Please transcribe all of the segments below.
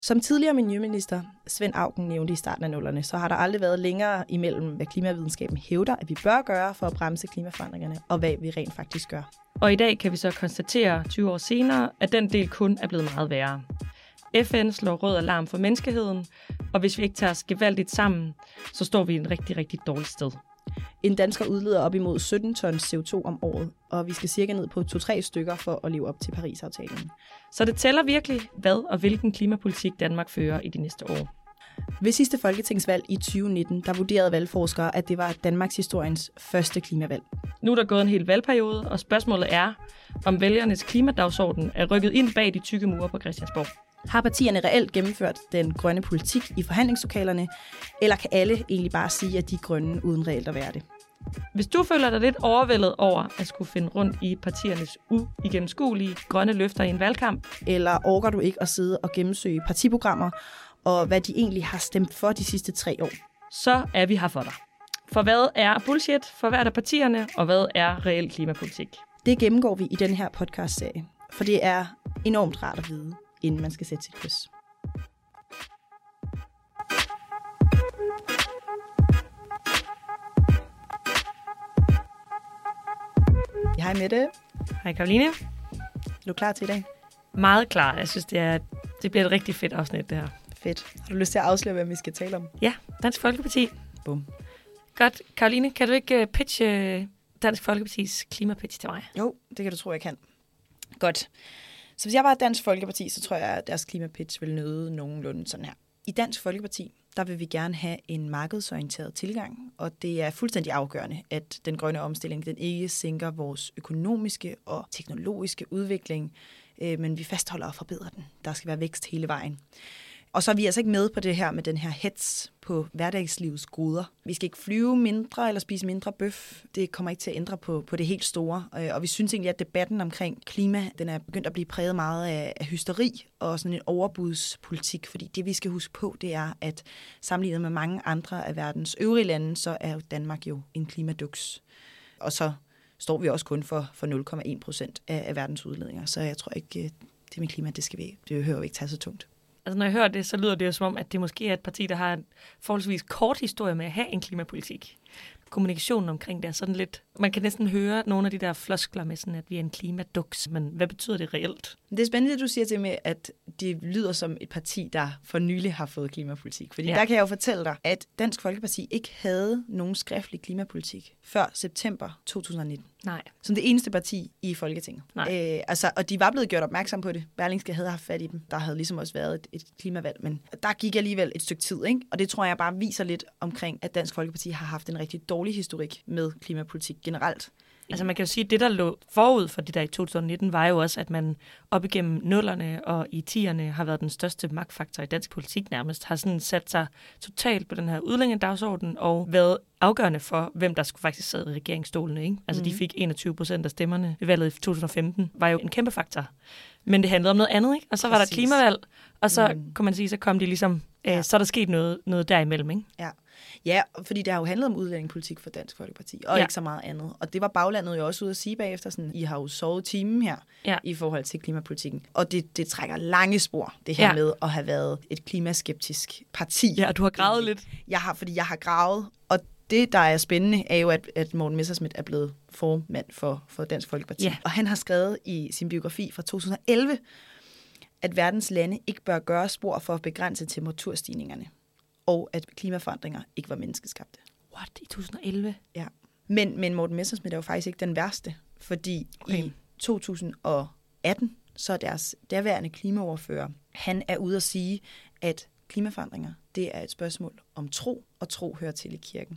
Som tidligere miljøminister Svend Auken nævnte i starten af nullerne, så har der aldrig været længere imellem, hvad klimavidenskaben hævder, at vi bør gøre for at bremse klimaforandringerne, og hvad vi rent faktisk gør. Og i dag kan vi så konstatere 20 år senere, at den del kun er blevet meget værre. FN slår rød alarm for menneskeheden, og hvis vi ikke tager os gevaldigt sammen, så står vi i en rigtig, rigtig dårligt sted. En dansker udleder op imod 17 tons CO2 om året, og vi skal cirka ned på 2-3 stykker for at leve op til Paris-aftalen. Så det tæller virkelig, hvad og hvilken klimapolitik Danmark fører i de næste år. Ved sidste folketingsvalg i 2019, der vurderede valgforskere, at det var Danmarks historiens første klimavalg. Nu er der gået en hel valgperiode, og spørgsmålet er, om vælgernes klimadagsorden er rykket ind bag de tykke mure på Christiansborg. Har partierne reelt gennemført den grønne politik i forhandlingslokalerne, eller kan alle egentlig bare sige, at de er grønne uden reelt at være det? Hvis du føler dig lidt overvældet over at skulle finde rundt i partiernes uigennemskuelige grønne løfter i en valgkamp, eller orker du ikke at sidde og gennemsøge partiprogrammer, og hvad de egentlig har stemt for de sidste 3 år, så er vi her for dig. For hvad er bullshit for hvert af partierne, og hvad er reel klimapolitik? Det gennemgår vi i den her podcastserie, for det er enormt rart at vide, inden man skal sætte sit kryds. Hej Mette. Hej Karoline. Er du klar til i dag? Meget klar. Jeg synes, det bliver et rigtig fedt afsnit, det her. Fedt. Har du lyst til at afsløre, hvad vi skal tale om? Ja, Dansk Folkeparti. Bum. Godt. Karoline, kan du ikke pitche Dansk Folkepartis klimapitch til mig? Jo, det kan du tro, jeg kan. Godt. Så hvis jeg var Dansk Folkeparti, så tror jeg, at deres klimapitch vil nøde nogenlunde sådan her. I Dansk Folkeparti, der vil vi gerne have en markedsorienteret tilgang, og det er fuldstændig afgørende, at den grønne omstilling den ikke sænker vores økonomiske og teknologiske udvikling, men vi fastholder og forbedrer den. Der skal være vækst hele vejen. Og så er vi altså ikke med på det her med den her hets på hverdagslivets goder. Vi skal ikke flyve mindre eller spise mindre bøf. Det kommer ikke til at ændre på det helt store. Og vi synes egentlig, at debatten omkring klima, den er begyndt at blive præget meget af hysteri og sådan en overbudspolitik. Fordi det, vi skal huske på, det er, at sammenlignet med mange andre af verdens øvrige lande, så er Danmark jo en klimaduks. Og så står vi også kun for 0,1% af verdens udledninger. Så jeg tror ikke, det med klima, det behøver vi ikke tage så tungt. Altså, når jeg hører det, så lyder det jo som om, at det måske er et parti, der har en forholdsvis kort historie med at have en klimapolitik. Kommunikationen omkring det er sådan lidt... Man kan næsten høre nogle af de der floskler med sådan, at vi er en klimaduks. Men hvad betyder det reelt? Det er spændende, at du siger til mig, at det lyder som et parti, der for nylig har fået klimapolitik. Fordi der kan jeg jo fortælle dig, at Dansk Folkeparti ikke havde nogen skriftlig klimapolitik før september 2019. Nej. Som det eneste parti i Folketinget. Og de var blevet gjort opmærksom på det. Berlingske havde haft fat i dem. Der havde ligesom også været et klimavalg, men der gik alligevel et stykke tid, ikke? Og det tror jeg bare viser lidt omkring, at Dansk Folkeparti har haft en rigtig dårlig historik med klimapolitik generelt. Altså man kan jo sige, at det, der lå forud for det der i 2019, var jo også, at man op igennem nullerne og i 10'erne har været den største magtfaktor i dansk politik nærmest, har sådan sat sig totalt på den her udlændingedagsorden og været afgørende for, hvem der skulle faktisk sad i regeringsstolene, ikke? Altså de fik 21% af stemmerne ved valget i 2015, var jo en kæmpe faktor. Men det handlede om noget andet, ikke? Og så var der et klimavalg, og så kunne man sige, så kom de ligesom, så er der sket noget derimellem, ikke? Ja, fordi det har jo handlet om udlændingepolitik for Dansk Folkeparti, og ikke så meget andet. Og det var baglandet jo også ude at sige bagefter, sådan, I har jo sovet timen her i forhold til klimapolitikken. Og det trækker lange spor, det her med at have været et klimaskeptisk parti. Ja, og du har gravet lidt. Fordi jeg har gravet, og det, der er spændende, er jo, at Morten Messerschmidt er blevet formand for Dansk Folkeparti. Ja. Og han har skrevet i sin biografi fra 2011, at verdens lande ikke bør gøre spor for at begrænse temperaturstigningerne, og at klimaforandringer ikke var menneskeskabte. What? I 2011? Ja. Men Morten Messerschmidt er jo faktisk ikke den værste, fordi i 2018, så er deres derværende klimaordfører, han er ude at sige, at klimaforandringer, det er et spørgsmål om tro, og tro hører til i kirken.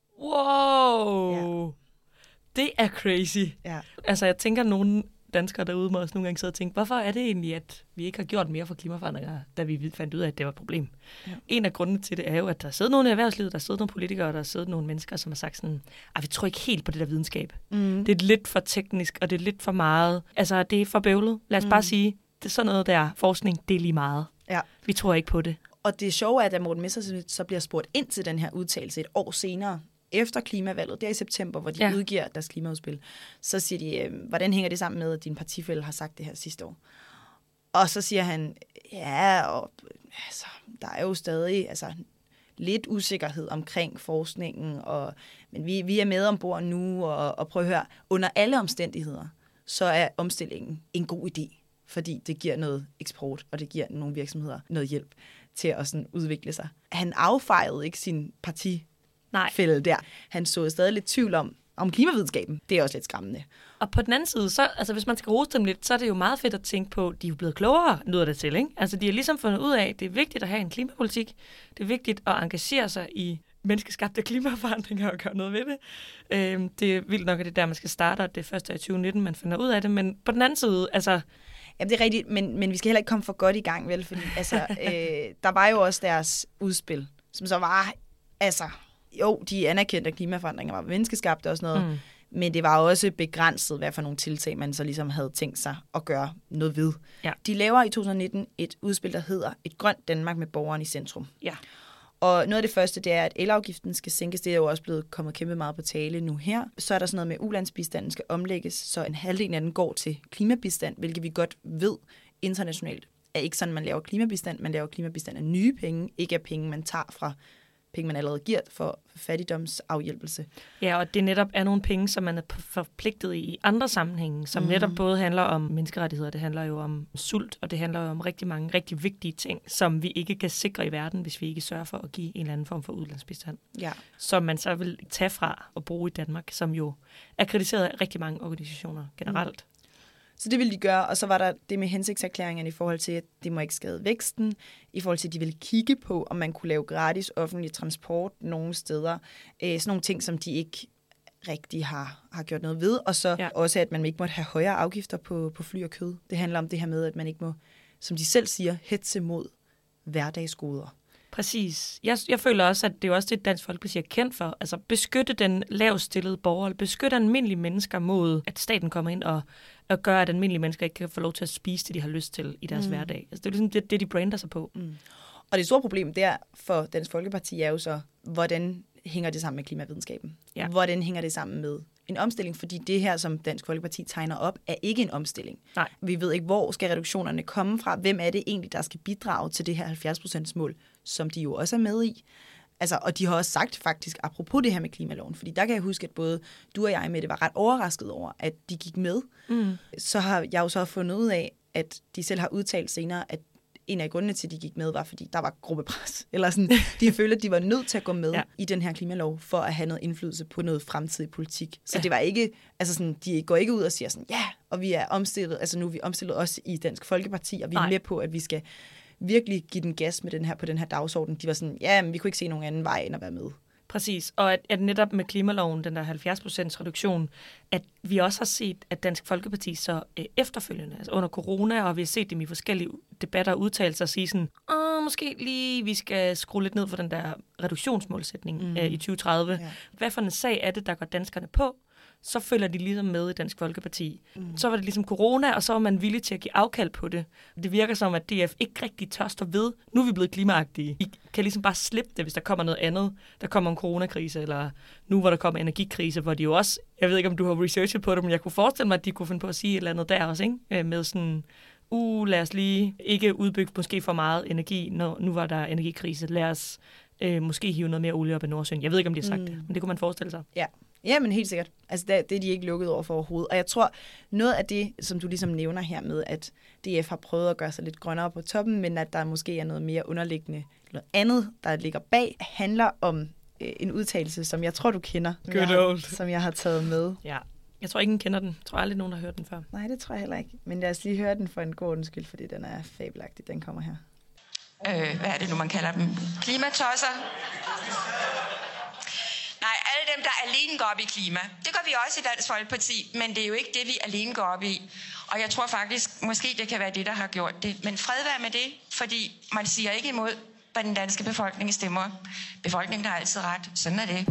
Wow! Ja. Det er crazy. Ja. Altså, jeg tænker, nogen danskere derude må også nogle gange sidde og tænke, hvorfor er det egentlig, at vi ikke har gjort mere for klimaforandringer, da vi fandt ud af, at det var et problem? Ja. En af grundene til det er jo, at der er siddet nogle i erhvervslivet, der er siddet nogle politikere, der er siddet nogle mennesker, som har sagt sådan, vi tror ikke helt på det der videnskab. Det er lidt for teknisk, og det er lidt for meget. Altså, det er for bøvlet. Lad os bare sige, det er sådan noget der forskning, det er lige meget. Ja. Vi tror ikke på det. Og det sjove er, at Morten Messerschmidt så bliver spurgt ind til den her udtalelse et år senere, efter klimavalget, det er i september, hvor de udgiver deres klimaudspil, så siger de, hvordan hænger det sammen med, at din partifælle har sagt det her sidste år? Og så siger han, ja, og altså, der er jo stadig lidt usikkerhed omkring forskningen, men vi er med ombord nu, og prøv at høre, under alle omstændigheder, så er omstillingen en god idé, fordi det giver noget eksport, og det giver nogle virksomheder noget hjælp til at sådan udvikle sig. Han affejede ikke sin partifælle der. Han så stadig lidt tvivl om klimavidenskaben. Det er også lidt skræmmende. Og på den anden side, så, altså hvis man skal rose dem lidt, så er det jo meget fedt at tænke på, de er jo blevet klogere, lyder det til, ikke? Altså de har ligesom fundet ud af, at det er vigtigt at have en klimapolitik. Det er vigtigt at engagere sig i menneskeskabte klimaforandringer og gøre noget ved det. Det er vildt nok, at det er der, man skal starte, og det er først i 2019, man finder ud af det. Men på den anden side, altså... Jamen, det er rigtigt, men vi skal heller ikke komme for godt i gang, vel? Fordi der var jo også deres udspil, som så var... Jo, de anerkendte, at klimaforandringer var menneskeskabte og sådan noget, men det var også begrænset, hvad for nogle tiltag, man så ligesom havde tænkt sig at gøre noget ved. Ja. De laver i 2019 et udspil, der hedder Et grønt Danmark med borgeren i centrum. Ja. Og noget af det første, det er, at elafgiften skal sænkes. Det er jo også blevet kommet kæmpe meget på tale nu her. Så er der sådan noget med, at ulandsbistanden skal omlægges, så en halvdel af den går til klimabistand, hvilket vi godt ved internationalt er ikke sådan, man laver klimabistand. Man laver klimabistand af nye penge, ikke af penge, man tager fra penge, man allerede giver for fattigdomsafhjælpelse. Ja, og det netop er nogle penge, som man er forpligtet i andre sammenhænge, som netop både handler om menneskerettigheder, det handler jo om sult, og det handler jo om rigtig mange rigtig vigtige ting, som vi ikke kan sikre i verden, hvis vi ikke sørger for at give en eller anden form for udlandsbistand. Ja. Som man så vil tage fra og bruge i Danmark, som jo er kritiseret af rigtig mange organisationer generelt. Så det ville de gøre, og så var der det med hensigtserklæringerne i forhold til, at det må ikke skade væksten, i forhold til, at de ville kigge på, om man kunne lave gratis offentlig transport nogle steder. Sådan nogle ting, som de ikke rigtig har gjort noget ved, og så også, at man ikke måtte have højere afgifter på fly og kød. Det handler om det her med, at man ikke må, som de selv siger, hetze mod hverdagsgoder. Præcis. Jeg føler også, at det er også det, Dansk Folkeparti er kendt for. Altså beskytte den lavstillede borger, beskytte almindelige mennesker mod, at staten kommer ind og gør, at almindelige mennesker ikke kan få lov til at spise det, de har lyst til i deres hverdag. Altså, det er ligesom det, de brander sig på. Og det store problem der for Dansk Folkeparti er jo så, hvordan hænger det sammen med klimavidenskaben? Ja. Hvordan hænger det sammen med en omstilling? Fordi det her, som Dansk Folkeparti tegner op, er ikke en omstilling. Nej. Vi ved ikke, hvor skal reduktionerne komme fra? Hvem er det egentlig, der skal bidrage til det her 70%-mål, som de jo også er med i? Altså, og de har også sagt faktisk, apropos det her med klimaloven, fordi der kan jeg huske, at både du og jeg med det var ret overrasket over, at de gik med. Så har jeg jo så fundet ud af, at de selv har udtalt senere, at en af grundene til, at de gik med, var, fordi der var gruppepres. Eller sådan, de følte, at de var nødt til at gå med i den her klimalov, for at have noget indflydelse på noget fremtidig politik. Så det var ikke, altså sådan, de går ikke ud og siger sådan, ja, og vi er omstillet, altså nu er vi omstillet også i Dansk Folkeparti, og vi er med på, at vi skal virkelig give den gas med på den her dagsorden. De var sådan, ja, men vi kunne ikke se nogen anden vej end at være med. Præcis, og at netop med klimaloven, den der 70% reduktion, at vi også har set, at Dansk Folkeparti så efterfølgende, altså under corona, og vi har set dem i forskellige debatter og udtalelser, sige sådan, måske lige, vi skal skrue lidt ned for den der reduktionsmålsætning i 2030. Ja. Hvad for en sag er det, der går danskerne på? Så følger de ligesom med i Dansk Folkeparti. Så var det ligesom corona, og så var man villig til at give afkald på det. Det virker som, at DF ikke rigtig tør stå ved. Nu er vi blevet klimaagtige. I kan ligesom bare slippe det, hvis der kommer noget andet. Der kommer en coronakrise, eller nu hvor der kommer energikrise, hvor de jo også, jeg ved ikke, om du har researchet på det, men jeg kunne forestille mig, at de kunne finde på at sige et eller andet der også, ikke? Med sådan, lad os lige ikke udbygge måske for meget energi, nu var der energikrise. Lad os måske hive noget mere olie op i Nordsøen. Jeg ved ikke, om de har sagt det, men det kunne man forestille sig. Ja, men helt sikkert. Altså, det er de ikke lukket over for overhovedet. Og jeg tror, noget af det, som du ligesom nævner her med, at DF har prøvet at gøre sig lidt grønnere på toppen, men at der måske er noget mere underliggende, noget andet, der ligger bag, handler om en udtalelse, som jeg tror, du kender. Som jeg har taget med. Ja. Jeg tror ikke, nogen kender den. Jeg tror aldrig, nogen har hørt den før. Nej, det tror jeg heller ikke. Men lad os lige høre den for en god undskyld, fordi den er fabelagtig. Den kommer her. Hvad er det nu, man kalder dem? Klimatosser? Nej, alle dem, der alene går op i klima. Det gør vi også i Dansk Folkeparti, men det er jo ikke det, vi alene går op i. Og jeg tror faktisk, måske det kan være det, der har gjort det. Men fred være med det, fordi man siger ikke imod, hvad den danske befolkning stemmer. Befolkningen har altid ret. Sådan er det.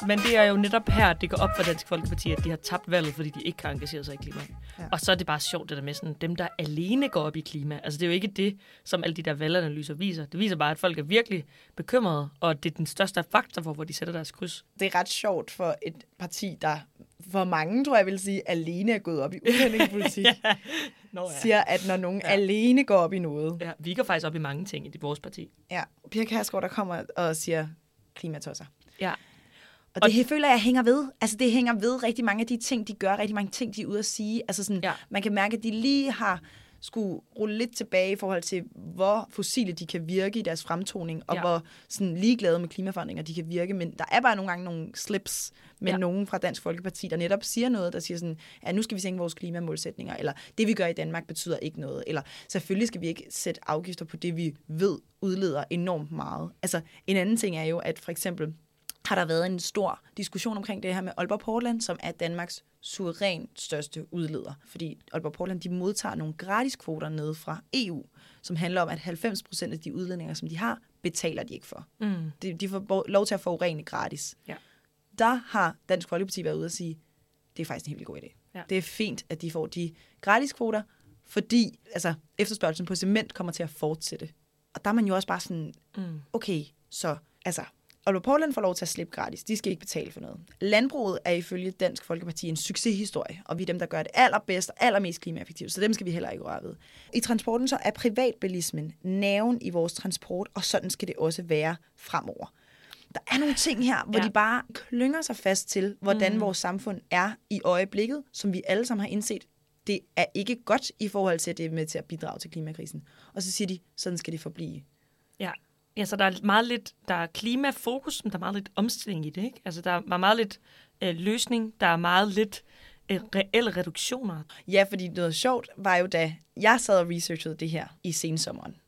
Men det er jo netop her, det går op for Dansk Folkeparti, at de har tabt valget, fordi de ikke har engageret sig i klima. Ja. Og så er det bare sjovt, det der med sådan, dem, der alene går op i klima. Altså, det er jo ikke det, som alle de der valganalyser viser. Det viser bare, at folk er virkelig bekymrede, og det er den største faktor for, hvor de sætter deres kryds. Det er ret sjovt for et parti, der for mange, tror jeg vil sige, alene er gået op i udlændingepolitik. Ja. Siger, at når nogen alene går op i noget. Ja, vi går faktisk op i mange ting i vores parti. Ja, Pia Kjærsgaard, der kommer og siger klimatosser. Ja. Og det føler jeg hænger ved. Altså det hænger ved rigtig mange af de ting, de gør, rigtig mange ting, de er ude at sige. Altså sådan, man kan mærke, at de lige har skulle rulle lidt tilbage i forhold til, hvor fossile de kan virke i deres fremtoning, og hvor sådan ligeglade med klimaforandringer de kan virke. Men der er bare nogle gange nogle slips med nogen fra Dansk Folkeparti, der netop siger noget, der siger sådan, at nu skal vi sænke vores klimamålsætninger, eller det vi gør i Danmark betyder ikke noget, eller selvfølgelig skal vi ikke sætte afgifter på det, vi ved udleder enormt meget. Altså en anden ting er jo, at for eksempel har der været en stor diskussion omkring det her med Aalborg Portland, som er Danmarks suverænt største udleder. Fordi Aalborg Portland, de modtager nogle gratiskvoter nede fra EU, som handler om, at 90% af de udledninger, som de har, betaler de ikke for. De får lov til at forurene gratis. Ja. Der har Dansk Folkeparti været ude at sige, det er faktisk en helt god idé. Ja. Det er fint, at de får de gratiskvoter, fordi efterspørgselen på cement kommer til at fortsætte. Og der er man jo også bare sådan, okay, så Aalborg Portland får lov til at slippe gratis. De skal ikke betale for noget. Landbruget er ifølge Dansk Folkeparti en succeshistorie, og vi er dem, der gør det allerbedst og allermest klimaeffektivt, så dem skal vi heller ikke røre ved. I transporten så er privatbilismen nerven i vores transport, og sådan skal det også være fremover. Der er nogle ting her, hvor de bare klynger sig fast til, hvordan vores samfund er i øjeblikket, som vi alle sammen har indset. Det er ikke godt i forhold til, at det er med til at bidrage til klimakrisen. Og så siger de, sådan skal det forblive. Ja. Ja, så der er meget lidt, der er klimafokus, men der er meget lidt omstilling i det, ikke? Altså, der er meget lidt løsning, der er meget lidt reelle reduktioner. Ja, fordi noget sjovt var jo, da jeg sad og researchede det her i sensommeren,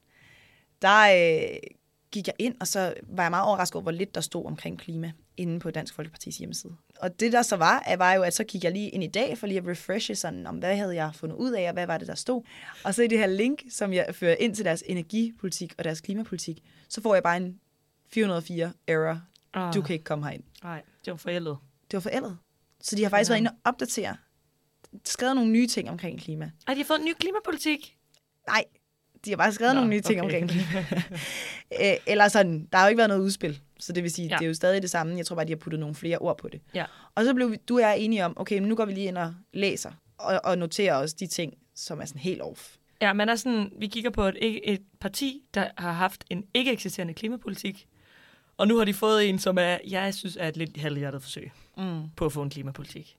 der gik jeg ind, og så var jeg meget overrasket over, hvor lidt der stod omkring klima inde på Dansk Folkepartis hjemmeside. Og det der så var jo, at så gik jeg lige ind i dag, for lige at refreshe sådan, om hvad havde jeg fundet ud af, og hvad var det, der stod. Og så i det her link, som jeg fører ind til deres energipolitik og deres klimapolitik, så får jeg bare en 404 error. Du kan ikke komme herind. Nej, det var forældet. Det var forældet. Så de har faktisk været inde og opdatere, skrevet nogle nye ting omkring klima. Har de fået en ny klimapolitik? Nej, de har bare skrevet nogle nye ting omkring klima. Eller sådan, der har jo ikke været noget udspil. Så det vil sige, det er jo stadig det samme. Jeg tror bare, de har puttet nogle flere ord på det. Ja. Og så blev du og jeg enige om, okay, men nu går vi lige ind og læser, og noterer også de ting, som er sådan helt off. Ja, men sådan, vi kigger på et parti, der har haft en ikke eksisterende klimapolitik, og nu har de fået en, som jeg synes er et lidt halvhjertet forsøg på at få en klimapolitik.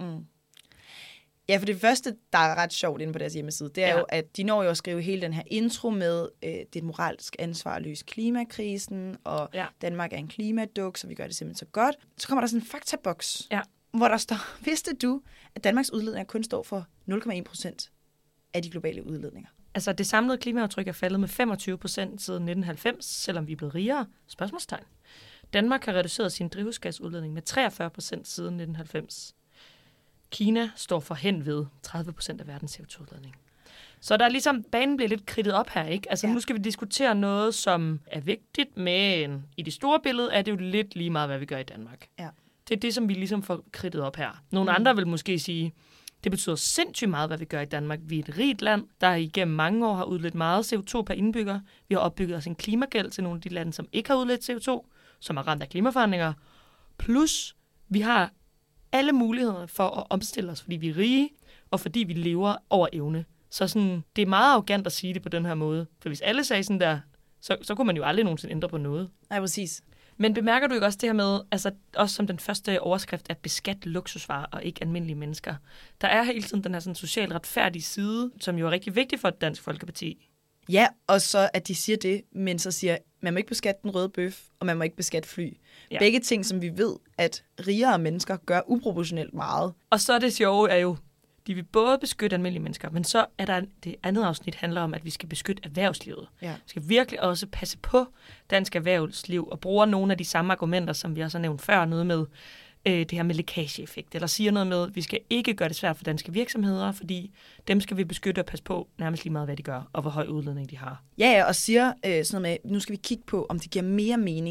Ja, for det første, der er ret sjovt inde på deres hjemmeside, det er jo, at de når jo at skrive hele den her intro med, det er et moralsk ansvar at løse klimakrisen, og Danmark er en klimaduk, så vi gør det simpelthen så godt. Så kommer der sådan en faktaboks, hvor der står, vidste du, at Danmarks udledninger kun står for 0,1% af de globale udledninger? Altså, det samlede klimaaftryk er faldet med 25% siden 1990, selvom vi er blevet rigere. Spørgsmålstegn. Danmark har reduceret sin drivhusgasudledning med 43% siden 1990. Kina står for hen ved 30% af verdens CO2-udledning. Så der er ligesom, banen bliver lidt kridtet op her, ikke? Altså, nu skal vi diskutere noget, som er vigtigt, men i det store billede er det jo lidt lige meget, hvad vi gør i Danmark. Ja. Det er det, som vi ligesom får kridtet op her. Nogle andre vil måske sige, det betyder sindssygt meget, hvad vi gør i Danmark. Vi er et rigt land, der igennem mange år har udledt meget CO2 per indbygger. Vi har opbygget os en klimagæld til nogle af de lande, som ikke har udledt CO2, som er ramt af klimaforandringer. Plus, vi har alle muligheder for at omstille os, fordi vi er rige, og fordi vi lever over evne. Så sådan, det er meget arrogant at sige det på den her måde. For hvis alle sagde sådan der, så kunne man jo aldrig nogensinde ændre på noget. Nej, præcis. Men bemærker du ikke også det her med, altså også som den første overskrift, at beskatte luksusvarer og ikke almindelige mennesker? Der er hele tiden den her sådan socialt retfærdige side, som jo er rigtig vigtig for Dansk Folkeparti. Ja, og så at de siger det, men så siger, man må ikke beskatte den røde bøf, og man må ikke beskatte fly. Ja. Begge ting, som vi ved, at rigere mennesker gør uproportionelt meget. Og så det sjove er jo, de vil både beskytte almindelige mennesker, men så er der det andet afsnit, handler om, at vi skal beskytte erhvervslivet. Ja. Vi skal virkelig også passe på dansk erhvervsliv og bruge nogle af de samme argumenter, som vi også har nævnt før, noget med det her med lækageeffekt, eller siger noget med, at vi skal ikke gøre det svært for danske virksomheder, fordi dem skal vi beskytte og passe på nærmest lige meget, hvad de gør, og hvor høj udledning de har. Ja, og siger sådan noget med, nu skal vi kigge på, om det giver mere mening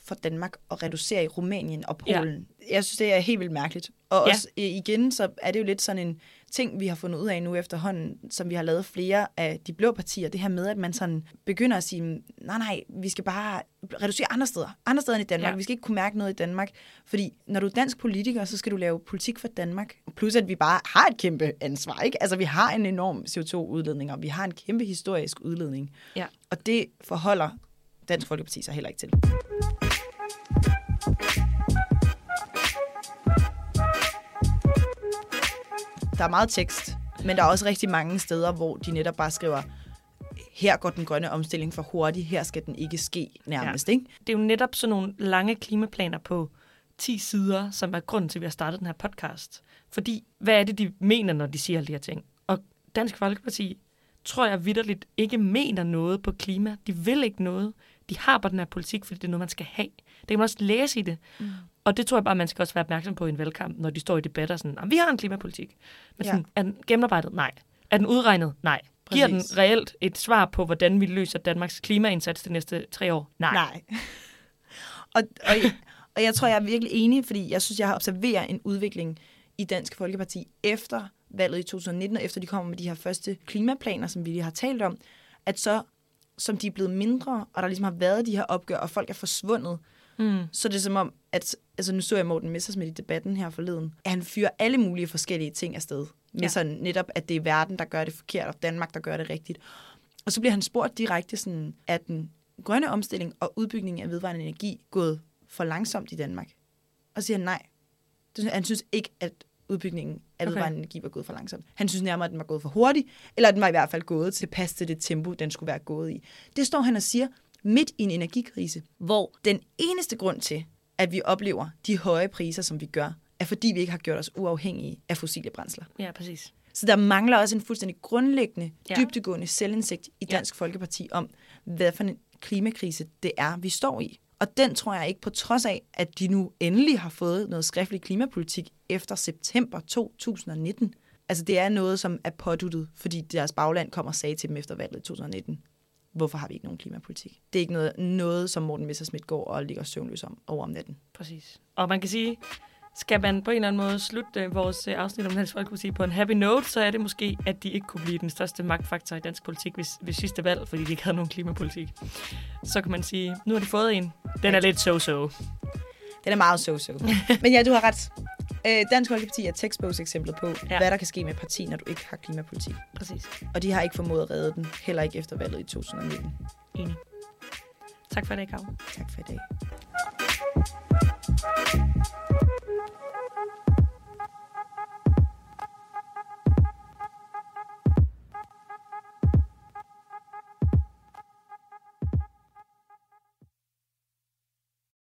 for Danmark at reducere i Rumænien og Polen. Ja. Jeg synes, det er helt vildt mærkeligt. Og også igen, så er det jo lidt sådan en ting, vi har fundet ud af nu efterhånden, som vi har lavet flere af de blå partier. Det her med, at man sådan begynder at sige, nej, vi skal bare reducere andre steder end i Danmark. Ja. Vi skal ikke kunne mærke noget i Danmark. Fordi når du er dansk politiker, så skal du lave politik for Danmark. Plus at vi bare har et kæmpe ansvar, ikke? Altså vi har en enorm CO2-udledning, og vi har en kæmpe historisk udledning. Ja. Og det forholder Dansk Folkeparti sig heller ikke til. Der er meget tekst, men der er også rigtig mange steder, hvor de netop bare skriver, her går den grønne omstilling for hurtigt, her skal den ikke ske nærmest. Ja. Ikke? Det er jo netop sådan nogle lange klimaplaner på 10 sider, som er grunden til, at vi har startet den her podcast. Fordi, hvad er det, de mener, når de siger alle de her ting? Og Dansk Folkeparti tror jeg vitterligt ikke mener noget på klima. De vil ikke noget. De har bare den her politik, fordi det er noget, man skal have. Det kan man også læse i det. Og det tror jeg bare, man skal også være opmærksom på i en valgkamp, når de står i debatter sådan, vi har en klimapolitik. Men sådan, er den gennemarbejdet? Nej. Er den udregnet? Nej. Præcis. Giver den reelt et svar på, hvordan vi løser Danmarks klimaindsats de næste 3 år? Nej. Og jeg tror, jeg er virkelig enig, fordi jeg synes, jeg har observeret en udvikling i Dansk Folkeparti efter valget i 2019, og efter de kommer med de her første klimaplaner, som vi lige har talt om, at så, som de er blevet mindre, og der ligesom har været de her opgør, og folk er forsvundet, så det er som om, at altså nu så jeg Morten Messerschmidt i debatten her forleden, at han fyrer alle mulige forskellige ting afsted. Med sådan netop, at det er verden, der gør det forkert, og Danmark, der gør det rigtigt. Og så bliver han spurgt direkte sådan, at den grønne omstilling og udbygning af vedvarende energi gået for langsomt i Danmark. Og så siger han nej. Han synes ikke, at udbygningen af vedvarende energi var gået for langsomt. Han synes nærmere, at den var gået for hurtigt, eller at den var i hvert fald gået tilpas til det tempo, den skulle være gået i. Det står han og siger midt i en energikrise, hvor den eneste grund til, at vi oplever de høje priser, som vi gør, er fordi vi ikke har gjort os uafhængige af fossile brændsler. Ja, præcis. Så der mangler også en fuldstændig grundlæggende, dybdegående selvindsigt i Dansk Folkeparti om, hvad for en klimakrise det er, vi står i. Og den tror jeg ikke, på trods af, at de nu endelig har fået noget skriftlig klimapolitik efter september 2019. Altså det er noget, som er påduttet, fordi deres bagland kom og sagde til dem efter valget i 2019. Hvorfor har vi ikke nogen klimapolitik? Det er ikke noget som Morten Messerschmidt går og ligger søvnløs over om natten. Præcis. Og man kan sige, skal man på en eller anden måde slutte vores afsnit om Dansk Folkeparti på en happy note, så er det måske, at de ikke kunne blive den største magtfaktor i dansk politik ved sidste valg, fordi de ikke havde nogen klimapolitik. Så kan man sige, nu har de fået en. Den er lidt so-so. Den er meget so-so. Men ja, du har ret. Dansk Folkeparti er textbogs-eksemplet på, hvad der kan ske med et parti, når du ikke har klimapolitik. Præcis. Og de har ikke formået at redde den, heller ikke efter valget i 2019. Enig. Tak for i dag, Karo. Tak for i dag.